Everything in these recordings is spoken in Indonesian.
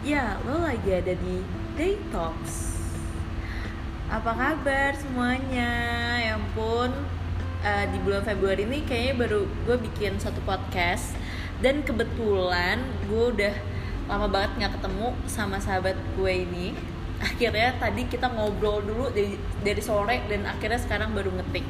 Ya, lo lagi ada di Day Talks. Apa kabar semuanya? Ya ampun, di bulan Februari ini kayaknya baru gue bikin satu podcast. Dan kebetulan gue udah lama banget gak ketemu sama sahabat gue ini. Akhirnya tadi kita ngobrol dulu dari sore dan akhirnya sekarang baru ngetik.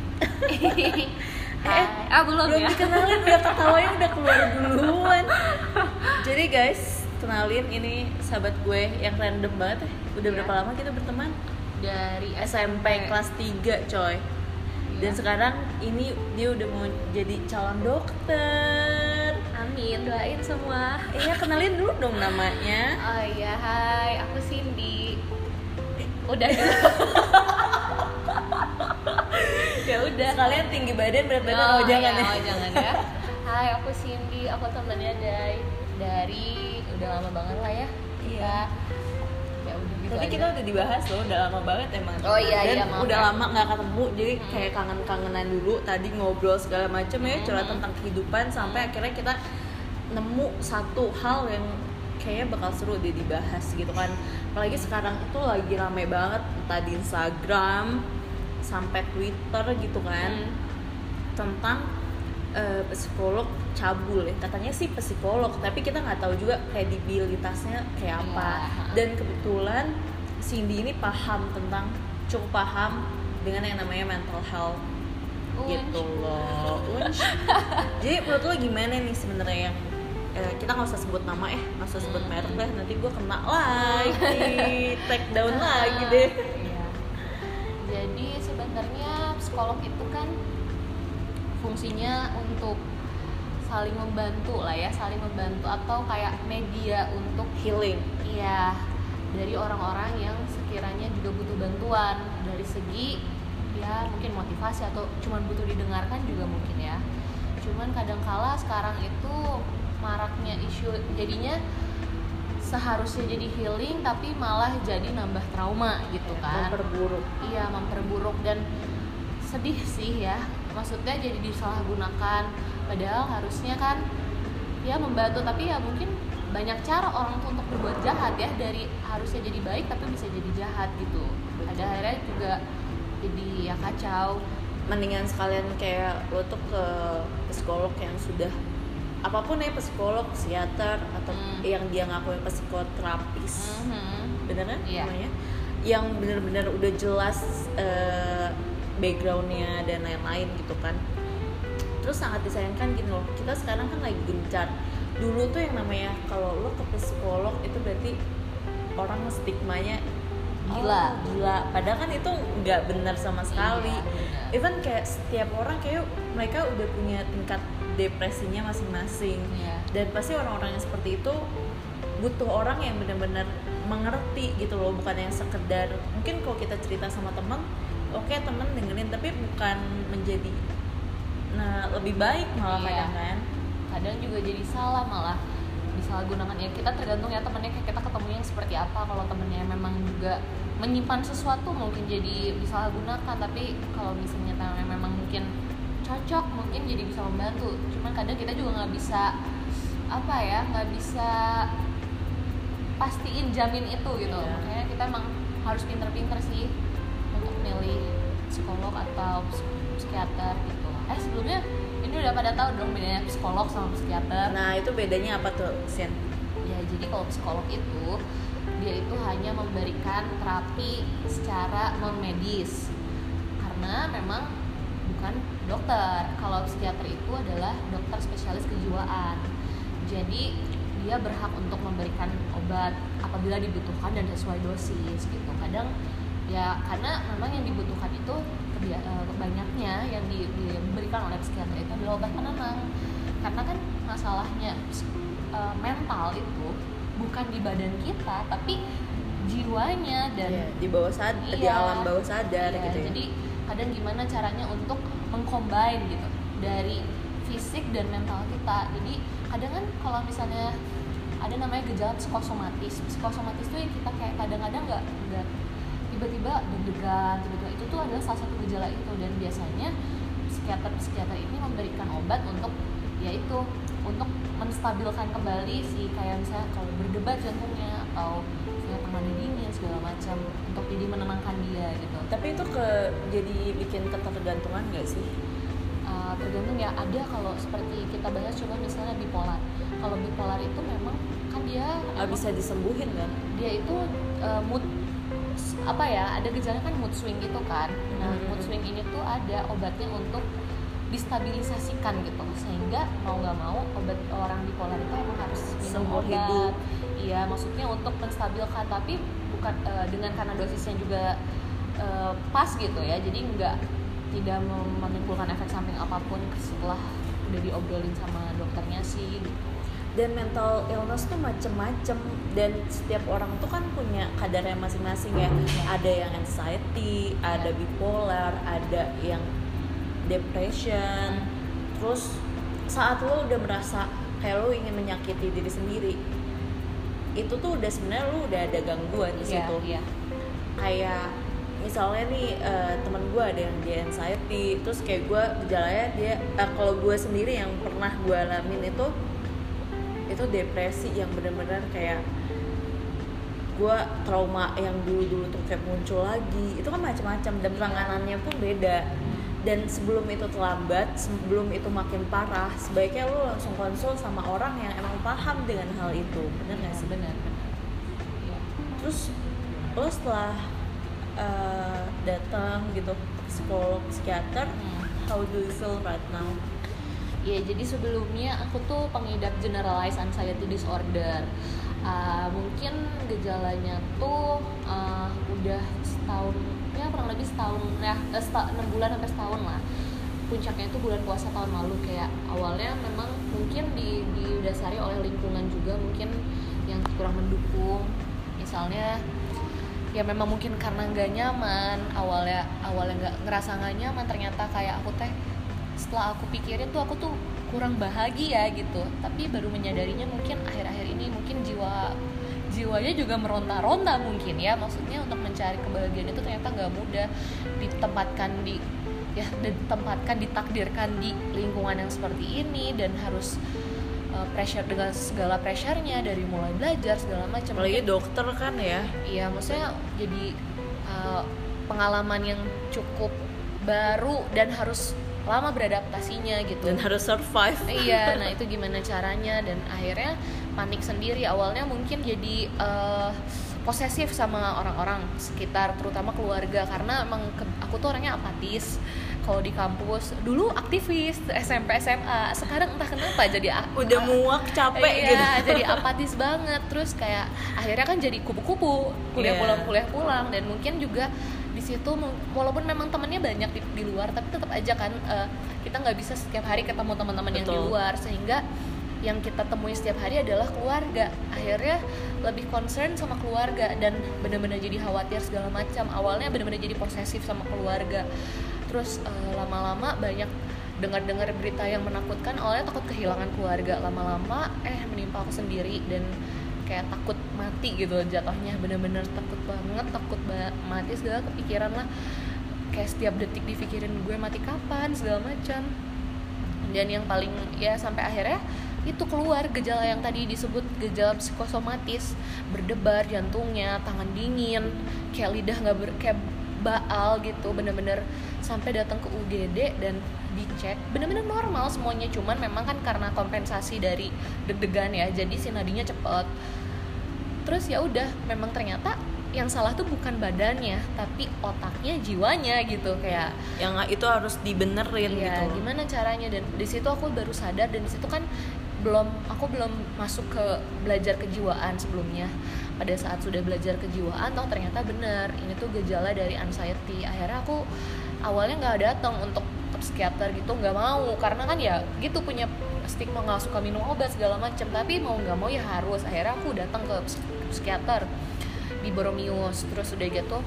Belum ya? Dikenalin, udah ketawanya udah keluar duluan. Jadi guys, kenalin, ini sahabat gue yang random banget ya. Udah berapa lama kita berteman? Dari SMP kelas 3 coy. Dan sekarang ini dia udah mau jadi calon dokter. Amin, doain semua. Iya, kenalin dulu dong namanya. Oh iya, hai, aku Cindy. Udah ya. Ya udah. Sekalian tinggi badan, berat badan. Oh jangan ya. Jangan ya. Hai, aku Cindy, aku temennya dari udah lama banget lah ya. Iya. Ya udah gitu. Tadi aja. kita udah dibahas loh, udah lama banget emang. Oh iya, dan iya, maaf udah ya. lama nggak ketemu, jadi kayak kangen-kangenan dulu. Tadi ngobrol segala macam ya, curhat tentang kehidupan sampai akhirnya kita nemu satu hal yang kayaknya bakal seru deh dibahas gitu kan. Apalagi sekarang itu lagi rame banget, entah di Instagram sampai Twitter gitu kan, tentang psikolog cabul ya. Katanya sih psikolog, tapi kita nggak tahu juga kredibilitasnya kayak apa. Dan kebetulan Cindy ini cukup paham dengan yang namanya mental health gitu loh. Jadi menurut lo gimana nih sebenarnya yang kita nggak usah sebut nama nggak usah sebut merek deh, nanti gue kena lagi, take down lagi deh. Iya. Jadi sebenarnya psikolog itu kan fungsinya untuk saling membantu atau kayak media untuk Healing. Iya, dari orang-orang yang sekiranya juga butuh bantuan dari segi ya mungkin motivasi atau cuman butuh didengarkan juga mungkin ya. Cuman kadangkala sekarang itu maraknya isu jadinya seharusnya jadi healing tapi malah jadi nambah trauma gitu kan. Memperburuk dan sedih sih ya. Maksudnya jadi disalahgunakan, padahal harusnya kan ya membantu, tapi ya mungkin banyak cara orang tuh untuk berbuat jahat ya, dari harusnya jadi baik tapi bisa jadi jahat gitu. Ada akhirnya juga jadi ya kacau. Mendingan sekalian kayak lo tuh ke psikolog yang sudah apapun ya, psikolog, psikiater atau yang dia ngakuin psikoterapis, bener kan namanya, yang benar-benar udah jelas backgroundnya dan lain-lain gitu kan. Terus sangat disayangkan gini loh, kita sekarang kan lagi gencar. Dulu tuh yang namanya kalau lo ke psikolog itu berarti orang stigmanya gila, padahal kan itu nggak benar sama sekali. Even kayak setiap orang kayak mereka udah punya tingkat depresinya masing-masing. Dan pasti orang-orang yang seperti itu butuh orang yang benar-benar mengerti gitu loh, bukan yang sekedar mungkin kalau kita cerita sama teman, oke, teman dengerin, tapi bukan menjadi lebih baik malah kadang kan. Kadang juga jadi salah, malah disalahgunakan ya. Kita tergantung ya temennya, kayak kita ketemunya yang seperti apa. Kalau temennya memang juga menyimpan sesuatu mungkin jadi disalahgunakan, tapi kalau misalnya temennya memang mungkin cocok mungkin jadi bisa membantu. Cuman kadang kita juga nggak bisa pastiin jamin itu gitu. Makanya kita emang harus pinter-pinter sih untuk milih psikolog atau psikiater gitu. Sebelumnya ini udah pada tahu dong bedanya psikolog sama psikiater. Nah, itu bedanya apa tuh, Sin? Ya, jadi kalau psikolog itu dia itu hanya memberikan terapi secara non medis, karena memang bukan dokter. Kalau psikiater itu adalah dokter spesialis kejiwaan. Jadi dia berhak untuk memberikan obat apabila dibutuhkan dan sesuai dosis gitu. Kadang ya karena memang yang dibutuhkan itu banyaknya yang diberikan oleh psikiater itu adalah obat penenang. Karena kan masalahnya mental itu bukan di badan kita tapi jiwanya dan di bawah sadar, di alam bawah sadar gitu ya. Jadi kadang gimana caranya untuk mengcombine gitu dari fisik dan mental kita. Jadi kadang kan kalau misalnya ada namanya gejala psikosomatis itu yang kita kayak kadang-kadang nggak tiba-tiba deg-degan, itu tuh adalah salah satu gejala itu. Dan biasanya psikiater ini memberikan obat untuk yaitu untuk menstabilkan kembali si kayak misalnya kalau berdebar jantungnya atau misalnya tangannya dingin segala macam untuk jadi menenangkan dia gitu. Tapi itu jadi bikin ketergantungan nggak sih? Tergantung ya, ada kalau seperti kita bahas coba misalnya bipolar. Kalau bipolar itu memang kan dia nggak bisa disembuhin kan? Dia itu mood apa ya, ada gejala kan mood swing gitu kan. Nah mood swing ini tuh ada obatnya untuk distabilisasikan gitu, sehingga mau nggak mau obat orang bipolar itu emang harus minum Seumur obat hidup. Iya, maksudnya untuk menstabilkan, tapi bukan dengan karena dosisnya juga pas gitu ya, jadi tidak menimbulkan efek samping apapun setelah udah diobrolin sama dokternya sih gitu. Dan mental illness tuh macem-macem, dan setiap orang tuh kan punya kadarnya masing-masing ya. Ada yang anxiety, ada bipolar, ada yang depression. Terus saat lo udah merasa kayak lo ingin menyakiti diri sendiri, itu tuh udah sebenarnya lo udah ada gangguan di situ. Kayak misalnya nih teman gue ada yang dia anxiety, terus kayak gue gejalanya dia kalau gue sendiri yang pernah gue alamin itu depresi yang benar-benar kayak gue trauma yang dulu tuh kayak muncul lagi. Itu kan macam-macam dan penanganannya pun beda. Dan sebelum itu terlambat, sebelum itu makin parah, sebaiknya lo langsung konsul sama orang yang emang paham dengan hal itu. Bener nggak sih? Benar. Ya. Terus lo setelah datang gitu psikolog, psikiater, how do you feel right now? Ya, jadi sebelumnya aku tuh pengidap generalized anxiety disorder. Mungkin gejalanya tuh udah setahun, ya kurang lebih setahun ya, 6 bulan sampai setahun lah. Puncaknya itu bulan puasa tahun lalu. Kayak awalnya memang mungkin didasari oleh lingkungan juga, mungkin yang kurang mendukung. Misalnya ya memang mungkin karena nggak nyaman, awalnya ngerasa nggak nyaman, ternyata kayak aku setelah aku pikirin tuh aku tuh kurang bahagia gitu. Tapi baru menyadarinya mungkin akhir-akhir ini mungkin jiwanya juga meronta-ronta mungkin ya, maksudnya untuk mencari kebahagiaan itu ternyata nggak mudah, ditakdirkan di lingkungan yang seperti ini, dan harus pressure dengan segala pressure-nya dari mulai belajar segala macam. Apalagi dokter kan ya. Iya, maksudnya jadi pengalaman yang cukup baru dan harus lama beradaptasinya gitu. Dan harus survive. Iya, nah itu gimana caranya, dan akhirnya panik sendiri. Awalnya mungkin jadi posesif sama orang-orang sekitar, terutama keluarga, karena emang aku tuh orangnya apatis. Kalau di kampus dulu aktivis SMP SMA, sekarang entah kenapa jadi udah muak, capek iya, gitu. jadi apatis banget. Terus kayak akhirnya kan jadi kupu-kupu, kuliah pulang, dan mungkin juga di situ walaupun memang temannya banyak di luar, tapi tetap aja kan kita nggak bisa setiap hari ketemu teman-teman yang di luar, sehingga yang kita temui setiap hari adalah keluarga. Akhirnya lebih concern sama keluarga dan benar-benar jadi khawatir segala macam. Awalnya benar-benar jadi posesif sama keluarga. Terus lama-lama banyak dengar-dengar berita yang menakutkan. Awalnya takut kehilangan keluarga, lama-lama menimpa aku sendiri dan kayak takut mati gitu jatuhnya. Benar-benar takut banget, mati, segala kepikiran lah. Kayak setiap detik dipikirin gue mati kapan segala macam. Dan yang paling ya sampai akhirnya itu keluar gejala yang tadi disebut gejala psikosomatis, berdebar jantungnya, tangan dingin, kayak lidah kayak baal gitu, bener-bener sampai datang ke UGD dan dicek bener-bener normal semuanya, cuman memang kan karena kompensasi dari deg-degan ya, jadi si nadinya cepet. Terus ya udah, memang ternyata yang salah tuh bukan badannya tapi otaknya, jiwanya gitu, kayak yang itu harus dibenerin ya, gitu. Gimana caranya? Dan di situ aku baru sadar, dan di situ kan aku belum masuk ke belajar kejiwaan sebelumnya. Pada saat sudah belajar kejiwaan, toh ternyata benar ini tuh gejala dari anxiety. Akhirnya aku awalnya nggak datang untuk psikiater gitu, nggak mau, karena kan ya gitu punya stigma nggak suka minum obat segala macam. Tapi mau nggak mau ya harus. Akhirnya aku datang ke psikiater di Boromius. Terus udah gitu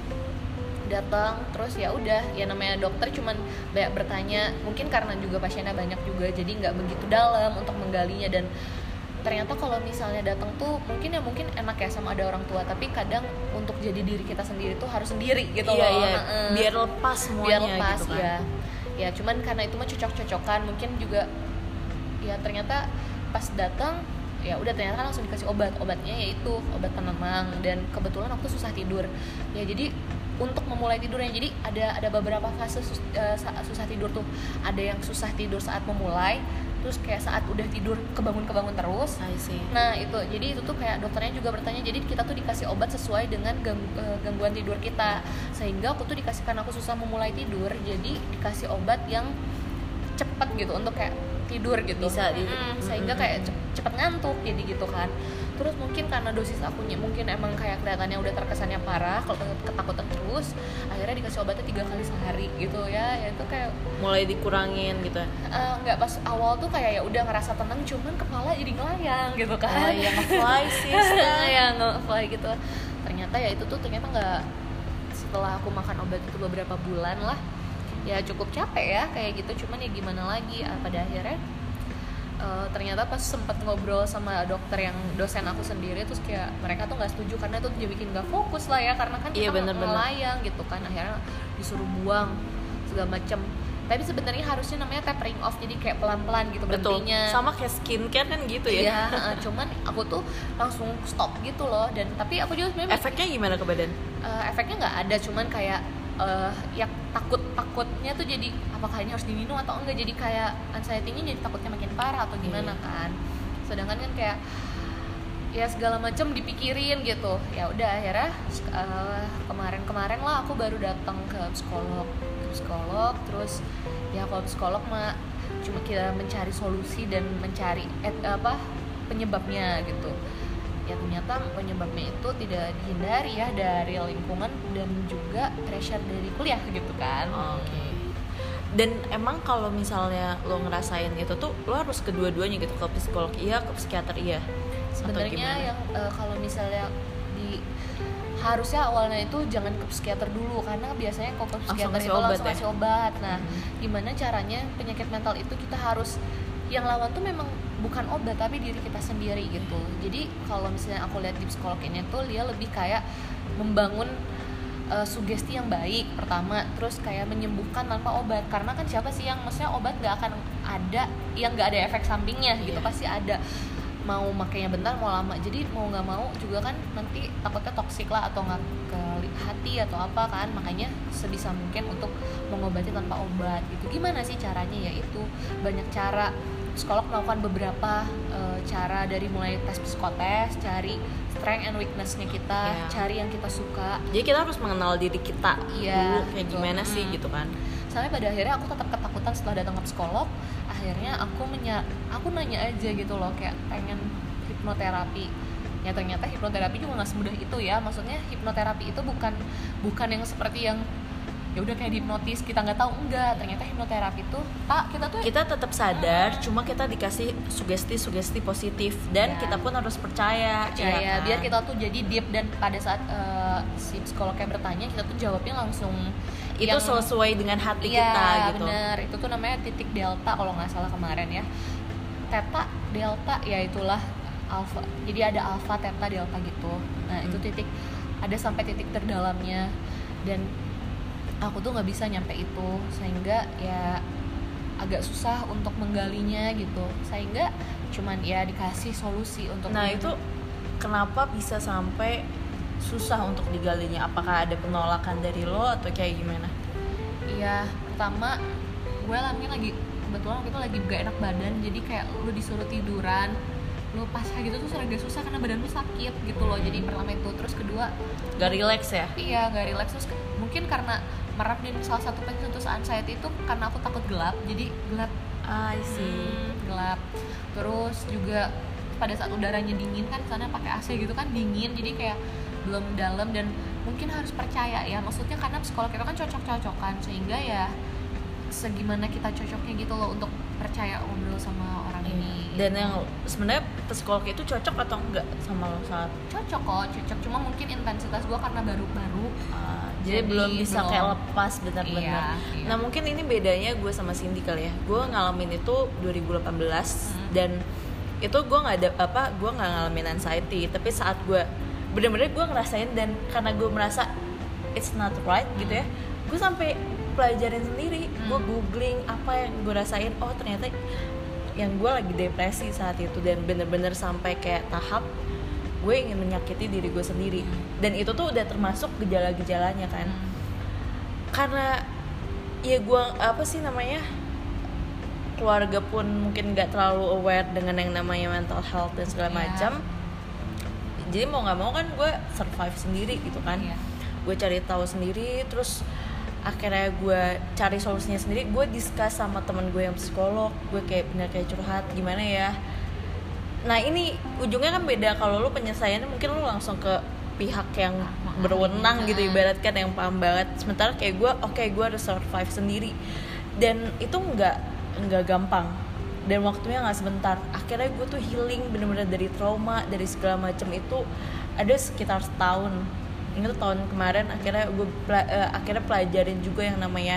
datang, terus ya udah, ya namanya dokter cuman banyak bertanya, mungkin karena juga pasiennya banyak juga, jadi nggak begitu dalam untuk menggalinya. Dan ternyata kalau misalnya datang tuh mungkin enak ya sama ada orang tua, tapi kadang untuk jadi diri kita sendiri tuh harus sendiri gitu loh. Iya. Biar lepas semuanya gitu kan. Ya cuman karena itu mah cocok-cocokan, mungkin juga ya ternyata pas datang ya udah ternyata kan langsung dikasih obatnya yaitu obat penenang, dan kebetulan aku susah tidur ya, jadi untuk memulai tidurnya, jadi ada beberapa fase susah tidur tuh. Ada yang susah tidur saat memulai, terus kayak saat udah tidur kebangun terus. I see. Nah itu, jadi itu tuh kayak dokternya juga bertanya, jadi kita tuh dikasih obat sesuai dengan gangguan tidur kita. Sehingga aku tuh dikasih, karena aku susah memulai tidur, jadi dikasih obat yang cepat gitu untuk kayak tidur gitu. Bisa sehingga kayak cepet ngantuk jadi gitu kan. Terus mungkin karena dosis akunya mungkin emang kayak kelihatannya udah terkesannya parah, kalau ketakutan terus, akhirnya dikasih obatnya 3 kali sehari gitu ya. Ya itu kayak mulai dikurangin gitu. Nggak, pas awal tuh kayak ya udah ngerasa tenang, cuman kepala jadi ngelayang gitu kan. Oh iya, nge-fly sih. Ya nge-fly gitu. Ternyata ya itu tuh ternyata nggak, setelah aku makan obat itu beberapa bulan lah, ya cukup capek ya kayak gitu. Cuman ya gimana lagi, pada akhirnya ternyata pas sempet ngobrol sama dokter yang dosen aku sendiri, terus kayak mereka tuh nggak setuju karena itu jadi bikin nggak fokus lah ya, karena kan kita melayang gitu kan. Akhirnya disuruh buang segala macem. Tapi sebenarnya harusnya namanya tapering off, jadi kayak pelan-pelan gitu berhentinya. Sama kayak skincare kan gitu ya. Iya, cuman aku tuh langsung stop gitu loh. Dan tapi aku juga sebenarnya efeknya gimana ke badan? Efeknya nggak ada, cuman kayak ya takutnya tuh jadi apakah ini harus diminum atau enggak, jadi kayak anxiety-nya jadi takutnya makin parah atau gimana kan. Sedangkan kan kayak ya segala macam dipikirin gitu. Ya udah akhirnya kemarin lah aku baru datang ke psikolog. Terus ya kalau psikolog mah cuma kita mencari solusi dan mencari penyebabnya gitu. Ya ternyata penyebabnya itu tidak dihindari ya, dari lingkungan dan juga pressure dari kuliah gitu kan. Oke. Dan emang kalau misalnya lo ngerasain itu tuh lo harus kedua-duanya gitu, ke psikolog iya, ke psikiater iya. Sebenarnya yang kalau misalnya harusnya awalnya itu jangan ke psikiater dulu, karena biasanya kalau ke psikiater itu langsung kasih obat. Nah, gimana caranya penyakit mental itu kita harus, yang lawan tuh memang bukan obat tapi diri kita sendiri gitu. Jadi kalau misalnya aku lihat di psikolog ini tuh dia lebih kayak membangun sugesti yang baik pertama, terus kayak menyembuhkan tanpa obat. Karena kan siapa sih yang, maksudnya obat nggak akan ada yang nggak ada efek sampingnya gitu, pasti ada. Mau makainya bentar mau lama, jadi mau nggak mau juga kan nanti takutnya toksik lah atau nggak ke hati atau apa kan. Makanya sebisa mungkin untuk mengobati tanpa obat gitu. Gimana sih caranya? Ya itu banyak cara. Psikolog melakukan beberapa cara, dari mulai tes psikotes, cari strength and weakness-nya kita, cari yang kita suka. Jadi kita harus mengenal diri kita dulu kayak gitu. Gimana sih gitu kan. Sampai pada akhirnya aku tetap ketakutan setelah datang ke psikolog. Akhirnya aku nanya aja gitu loh, kayak pengen hipnoterapi. Ya ternyata hipnoterapi juga nggak semudah itu ya. Maksudnya hipnoterapi itu bukan yang seperti yang ya udah kayak dihipnotis kita nggak tahu, enggak. Ternyata hipnoterapi itu kita tetap sadar, cuma kita dikasih sugesti positif dan kita pun harus percaya ya kan? Biar kita tuh jadi deep, dan pada saat si psikolognya bertanya kita tuh jawabnya langsung itu yang sesuai dengan hati kita gitu. Bener, itu tuh namanya titik delta kalau nggak salah kemarin ya, theta delta ya, itulah alpha. Jadi ada alpha, theta, delta gitu. Nah itu titik, ada sampai titik terdalamnya, dan aku tuh nggak bisa nyampe itu, sehingga ya agak susah untuk menggalinya gitu. Sehingga cuman ya dikasih solusi untuk itu kenapa bisa sampai susah untuk digalinya? Apakah ada penolakan dari lo atau kayak gimana? Iya, pertama gue kebetulan waktu itu lagi gak enak badan, jadi kayak lu disuruh tiduran, lu pas kayak gitu tuh agak susah karena badan lu sakit gitu loh. Jadi pertama itu, terus kedua gak relax ya? Iya, gak relax. Terus mungkin karena merem, dan salah satu pencetus anxiety itu karena aku takut gelap, jadi gelap. I see. Gelap. Terus juga pada saat udaranya dingin kan, sana pakai AC gitu kan, dingin, jadi kayak belum dalam. Dan mungkin harus percaya ya, maksudnya karena psikolog itu kan cocok-cocokan, sehingga ya segimana kita cocoknya gitu loh untuk percaya ngobrol sama orang ini. Dan yang sebenarnya psikolog itu cocok atau enggak sama lo saat? Cocok kok, cocok. Cuma mungkin intensitas gue karena baru-baru, jadi belum bisa kayak lepas benar-benar. Iya. Nah mungkin ini bedanya gue sama Cindy kali ya. Gue ngalamin itu 2018 dan itu gue nggak ngalamin anxiety, tapi saat gue benar-benar gue ngerasain, dan karena gue merasa it's not right gitu ya, gue sampai pelajarin sendiri, gue googling apa yang gue rasain. Oh ternyata yang gue lagi depresi saat itu, dan bener-bener sampai kayak tahap gue ingin menyakiti diri gue sendiri. Dan itu tuh udah termasuk gejala-gejalanya kan. Karena ya gue keluarga pun mungkin nggak terlalu aware dengan yang namanya mental health dan segala macam. Jadi mau nggak mau kan gue survive sendiri gitu kan. Gue cari tahu sendiri, terus akhirnya gue cari solusinya sendiri. Gue discuss sama teman gue yang psikolog, gue kayak bener kayak curhat gimana ya. Nah ini ujungnya kan beda. Kalau lu penyelesaiannya mungkin lu langsung ke pihak yang berwenang gitu, ibaratkan yang paham banget. Sementara kayak gue, gue harus survive sendiri, dan itu nggak gampang, dan waktunya nggak sebentar. Akhirnya gue tuh healing bener-bener dari trauma, dari segala macam itu ada sekitar setahun. Ingat tahun kemarin akhirnya gue pelajarin juga yang namanya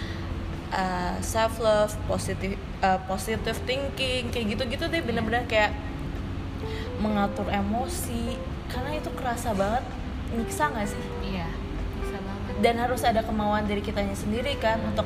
self love, positive thinking, kayak gitu-gitu deh. Bener-bener kayak mengatur emosi, karena itu kerasa banget, nyiksa nggak sih? Iya, nyiksa banget. Dan harus ada kemauan dari kitanya sendiri kan, untuk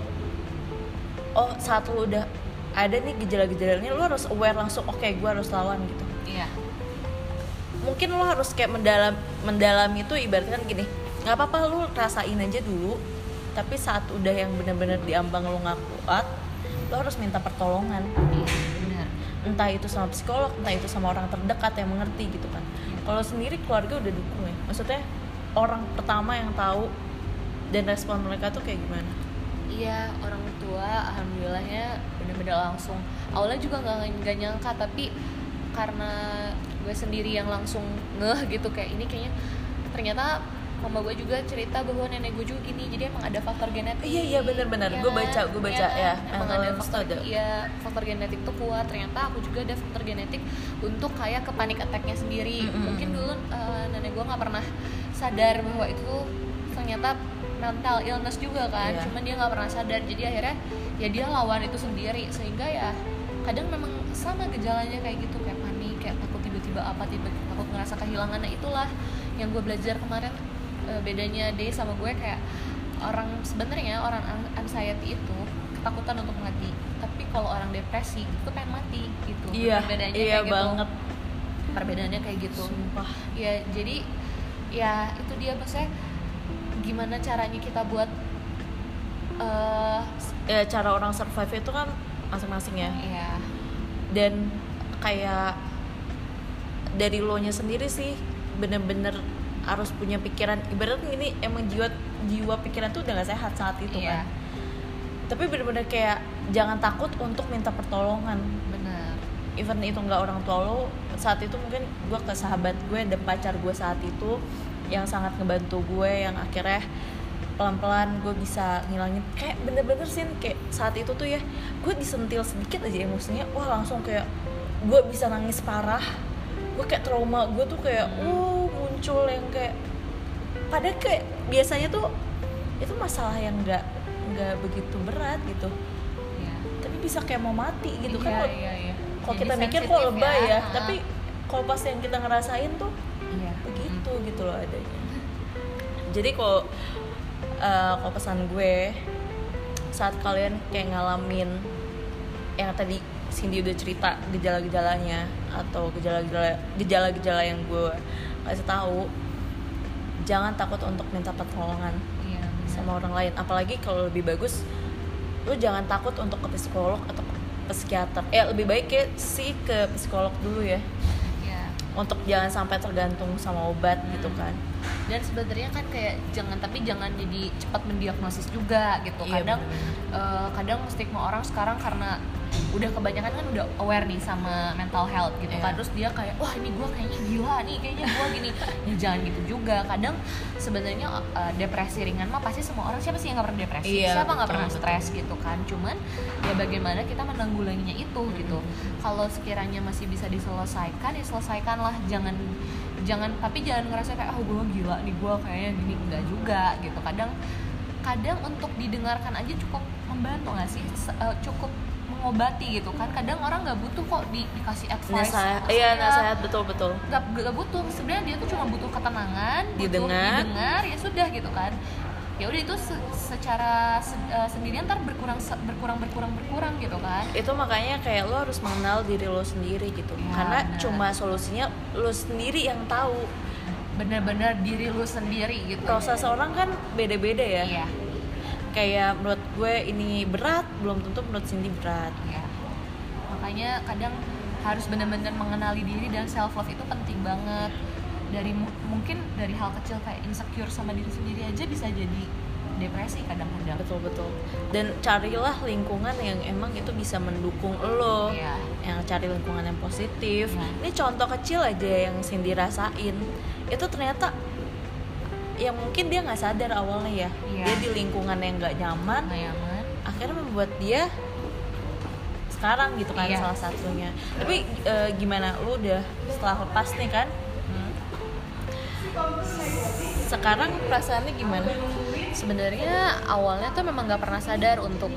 saat lu udah ada nih gejala-gejalanya, lu harus aware langsung, gue harus lawan gitu. Iya. Mungkin lu harus kayak mendalami itu, ibaratkan gini, nggak apa-apa lu rasain aja dulu, tapi saat udah yang benar-benar diambang lu nggak kuat, lu harus minta pertolongan. Iya, benar. Entah itu sama psikolog, entah itu sama orang terdekat yang mengerti gitu kan. Kalau sendiri keluarga udah dukung ya, maksudnya orang pertama yang tahu dan respon mereka tuh kayak gimana? Iya, orang tua alhamdulillahnya benar-benar langsung. Awalnya juga nggak nyangka, tapi karena gue sendiri yang langsung ngeh gitu, kayak ini kayaknya ternyata mama gue juga cerita bahwa nenek gue juga gini, jadi emang ada faktor genetik. Iya benar-benar, ya, gue baca ya, emang ada faktor genetik tuh kuat. Ternyata aku juga ada faktor genetik untuk kayak ke panic attack-nya sendiri. Mungkin dulu nenek gue nggak pernah sadar bahwa itu ternyata mental illness juga kan, cuman dia nggak pernah sadar. Jadi akhirnya ya dia lawan itu sendiri, sehingga ya kadang memang sama gejalanya kayak gitu, kayak panik, kayak takut tiba-tiba takut ngerasa kehilangan. Nah itulah yang gue belajar kemarin, bedanya dia sama gue. Kayak sebenarnya orang anxiety itu ketakutan untuk mati, tapi kalau orang depresi itu pengen mati gitu. Perbedaannya kayak banget. Perbedaannya kayak gitu. Sumpah. Ya jadi ya itu dia, maksudnya gimana caranya kita buat cara orang survive itu kan masing-masing ya. Iya. Dan kayak dari lo nya sendiri sih, bener-bener harus punya pikiran. Ibaratnya ini emang jiwa pikiran tuh udah gak sehat saat itu kan. Tapi bener-bener kayak jangan takut untuk minta pertolongan. Benar. Even itu nggak orang tua lo saat itu, mungkin gue ke sahabat gue dan pacar gue saat itu yang sangat ngebantu gue, yang akhirnya pelan-pelan gue bisa ngilangin. Kayak bener-bener sih kayak saat itu tuh ya, gue disentil sedikit aja emosinya, wah langsung kayak gue bisa nangis parah. Gue kayak trauma gue tuh kayak muncul yang kayak, padahal kayak biasanya tuh itu masalah yang nggak begitu berat gitu, tapi bisa kayak mau mati gitu kan. Kalau kita mikir kok lebay ya, tapi kalau pas yang kita ngerasain tuh begitu gitu loh adanya. Jadi kalau pesan gue, saat kalian kayak ngalamin yang tadi Cindy udah cerita gejala-gejalanya, atau gejala-gejala yang gue kasih tahu, jangan takut untuk minta pertolongan sama orang lain. Apalagi kalau lebih bagus, lu jangan takut untuk ke psikolog atau ke psikiater. Lebih baik ke psikolog dulu ya. Untuk jangan sampai tergantung sama obat gitu kan. Dan sebenarnya kan kayak jangan jadi cepat mendiagnosis juga gitu. Kadang stigma orang sekarang karena udah kebanyakan kan udah aware nih sama mental health gitu kan. Terus dia kayak, wah ini gue kayaknya gila nih, kayaknya gue gini. Ya jangan gitu juga. Kadang sebenarnya depresi ringan mah pasti semua orang, siapa sih yang nggak pernah depresi? Siapa nggak pernah stres gitu kan? Cuman ya bagaimana kita menanggulanginya itu gitu. Kalau sekiranya masih bisa diselesaikan, ya selesaikanlah. Tapi jangan ngerasa kayak gue gila nih, gue kayaknya gini. Enggak juga gitu. Kadang untuk didengarkan aja cukup membantu nggak sih? Cukup mengobati gitu kan. Kadang orang nggak butuh kok dikasih advice. Nasihat betul. Nggak butuh. Sebenarnya dia tuh cuma butuh ketenangan, didengar, ya sudah gitu kan. ya udah itu secara sendirian ntar berkurang gitu kan. Itu makanya kayak lo harus mengenal diri lo sendiri gitu ya, karena bener. Cuma solusinya lo sendiri yang tahu, bener-bener diri lo sendiri gitu. Proses orang kan beda-beda ya. Iya. Kayak menurut gue ini berat, belum tentu menurut Cindy berat. Iya. Makanya kadang harus benar-benar mengenali diri, dan self love itu penting banget. Dari mungkin dari hal kecil kayak insecure sama diri sendiri aja bisa jadi depresi kadang-kadang. Betul. Dan carilah lingkungan yang emang itu bisa mendukung lo. Iya. Yang cari lingkungan yang positif. Iya. Ini contoh kecil aja yang Cindy rasain. Itu ternyata yang mungkin dia nggak sadar awalnya ya. Iya. Dia di lingkungan yang nggak nyaman. Akhirnya membuat dia sekarang gitu kan. Iya. Salah satunya. Tapi gimana lu udah setelah lepas nih kan? Sekarang perasaannya gimana? Sebenarnya awalnya tuh memang nggak pernah sadar untuk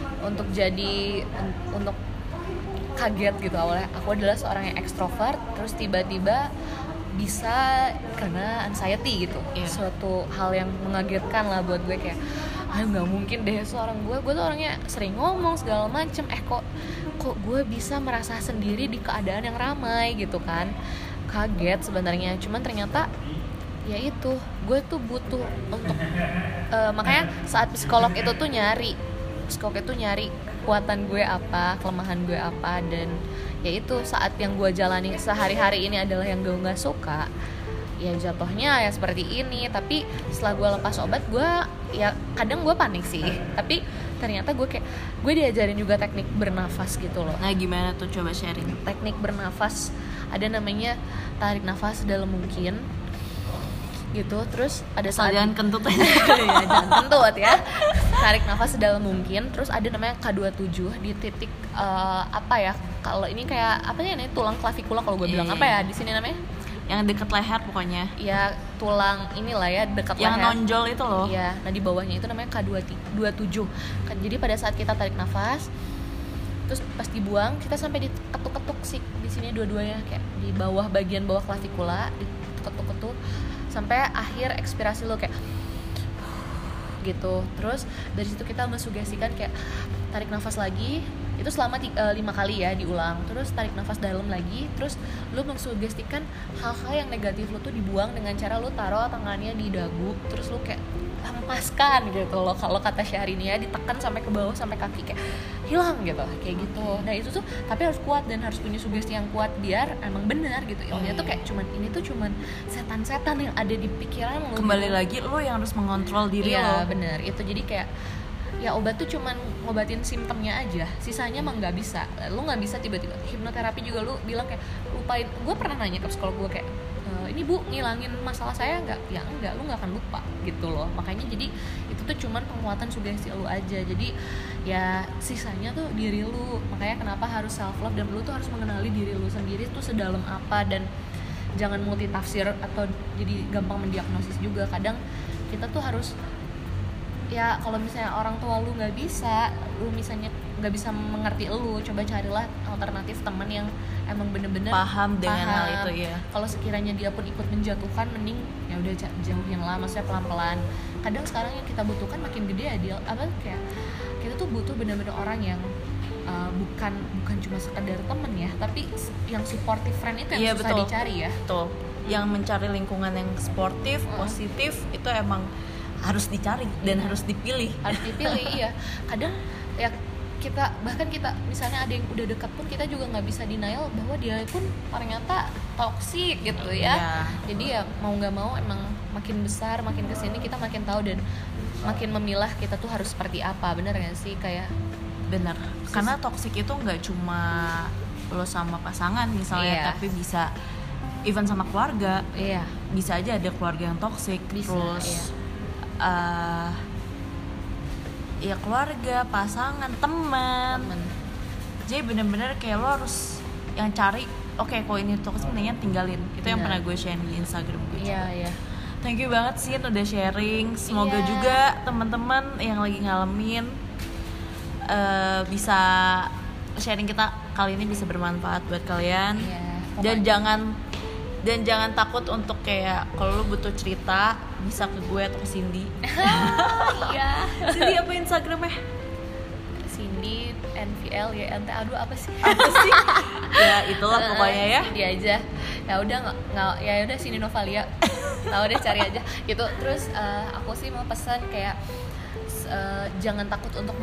kaget gitu. Awalnya aku adalah seorang yang ekstrovert, terus tiba-tiba bisa kena anxiety gitu. Yeah. Suatu hal yang mengagetkan lah buat gue, kayak nggak mungkin deh seorang gue tuh orangnya sering ngomong segala macem, kok gue bisa merasa sendiri di keadaan yang ramai gitu kan. Kaget sebenarnya, cuman ternyata ya itu gue tuh butuh untuk makanya saat psikolog itu nyari kekuatan gue apa, kelemahan gue apa, dan ya itu saat yang gue jalani sehari-hari ini adalah yang gue nggak suka, ya jatuhnya ya seperti ini. Tapi setelah gue lepas obat, gue ya kadang gue panik sih, tapi ternyata gue diajarin juga teknik bernafas gitu loh. Nah gimana tuh, coba sharing. Teknik bernafas ada namanya tarik nafas dalam mungkin gitu, terus ada saat jangan kentut ya, jangan kentut ya, tarik nafas sedalam mungkin. Terus ada namanya K27 di titik apa ya, kalau ini kayak apa sih, ini tulang klavikula kalau gue bilang, apa ya di sini namanya, yang deket leher pokoknya ya, tulang inilah ya, dekat leher yang nonjol itu loh ya. Nah di bawahnya itu namanya K27. Jadi pada saat kita tarik nafas terus pas dibuang, kita sampai diketuk-ketuk sih di sini dua-duanya, kayak di bawah, bagian bawah klavikula diketuk-ketuk sampai akhir ekspirasi lo kayak gitu. Terus dari situ kita mensugestikan kayak tarik nafas lagi, itu selama 5 kali ya diulang. Terus tarik nafas dalam lagi, terus lo mensugestikan hal-hal yang negatif lo tuh dibuang dengan cara lo taruh tangannya di dagu, terus lo kayak hempaskan gitu loh. Kalau kata Syahrini ya, ditekan sampai ke bawah sampai kaki, kayak hilang gitu, kayak gitu. Nah itu tuh tapi harus kuat dan harus punya sugesti yang kuat biar emang benar gitu. Ilmunya tuh kayak ini tuh cuman setan-setan yang ada di pikiran lo. Kembali gitu. Lagi lo yang harus mengontrol diri lo. Iya benar itu. Jadi kayak ya obat tuh cuman ngobatin simptomnya aja, sisanya emang nggak bisa. Lo nggak bisa tiba-tiba hipnoterapi juga lo bilang kayak lupain. Gue pernah nanya ke psikolog gue kayak, ini bu ngilangin masalah saya nggak? Ya enggak, lu nggak akan lupa gitu loh. Makanya jadi itu tuh cuman penguatan sugesti lu aja. Jadi ya sisanya tuh diri lu. Makanya kenapa harus self love, dan lu tuh harus mengenali diri lu sendiri tuh sedalam apa, dan jangan multitafsir atau jadi gampang mendiagnosis juga. Kadang kita tuh harus ya, kalau misalnya orang tua lu nggak bisa, lu misalnya nggak bisa mengerti lu, coba carilah alternatif teman yang emang bener-bener paham dengan hal itu ya. Kalau sekiranya dia pun ikut menjatuhkan, mending ya udah jauhin lah, maksudnya pelan-pelan. Kadang sekarang yang kita butuhkan makin gede ya, dia apa kayak kita tuh butuh bener-bener orang yang bukan cuma sekedar temen ya, tapi yang supportive friend itu yang susah dicari ya. Betul. Yang mencari lingkungan yang sportif, positif itu emang harus dicari dan harus dipilih. Iya. Kadang ya kita misalnya ada yang udah dekat pun kita juga nggak bisa denial bahwa dia pun ternyata toksik gitu ya. Jadi ya mau nggak mau emang makin besar makin kesini kita makin tahu dan makin memilah kita tuh harus seperti apa. Bener nggak sih? Kayak bener. Karena toksik itu nggak cuma lo sama pasangan misalnya, tapi bisa even sama keluarga. Iya. Bisa aja ada keluarga yang toksik. Terus ya keluarga, pasangan, teman. Jadi benar-benar kayak lo harus yang cari, oke, kalau ini toxic mendingan tinggalin. Itu yang pernah gue share di Instagram gue. Iya. Thank you banget sih udah sharing. Semoga juga teman-teman yang lagi ngalamin bisa sharing kita kali ini bisa bermanfaat buat kalian. Dan jangan Dan jangan takut untuk kayak kalau lu butuh cerita bisa ke gue atau ke Cindy. Iya. Cindy apa Instagramnya? Cindy NVL aduh apa sih? Ya itulah pokoknya ya. Cindy aja. Ya udah nggak ya udah Cindy Novalia. Tahu deh cari aja gitu. Terus aku sih mau pesan kayak jangan takut untuk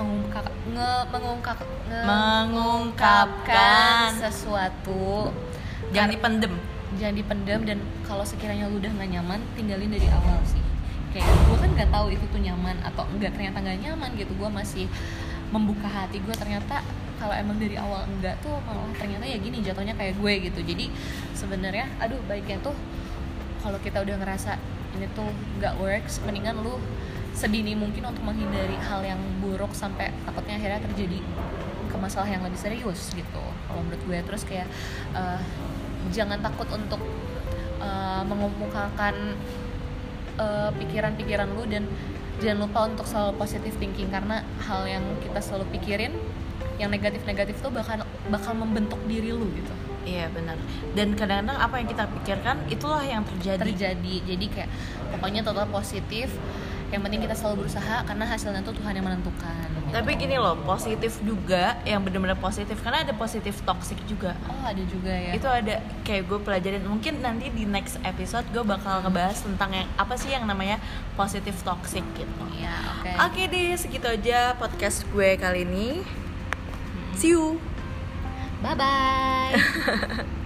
mengungkapkan sesuatu. Jangan dipendem dan kalau sekiranya lu udah nggak nyaman, tinggalin dari awal sih. Kayak gue kan nggak tahu itu tuh nyaman atau enggak, ternyata nggak nyaman gitu. Gue masih membuka hati gue, ternyata kalau emang dari awal enggak tuh malah ternyata ya gini jatuhnya kayak gue gitu. Jadi sebenarnya baiknya tuh kalau kita udah ngerasa ini tuh nggak works, mendingan lu sedini mungkin untuk menghindari hal yang buruk sampai takutnya akhirnya terjadi ke masalah yang lebih serius gitu kalau menurut gue. Terus kayak jangan takut untuk mengemukakan pikiran-pikiran lu dan jangan lupa untuk selalu positive thinking, karena hal yang kita selalu pikirin yang negatif-negatif tuh bakal membentuk diri lu gitu. Iya benar. Dan kadang-kadang apa yang kita pikirkan itulah yang terjadi. Jadi kayak pokoknya total positif. Yang penting kita selalu berusaha karena hasilnya tuh Tuhan yang menentukan. Tapi gini loh, positif juga yang benar-benar positif, karena ada positif toxic juga. Oh ada juga ya. Itu ada kayak gue pelajarin. Mungkin nanti di next episode gue bakal ngebahas tentang yang apa sih yang namanya positif toxic gitu. Iya oke. Oke deh, segitu aja podcast gue kali ini. See you. Bye bye.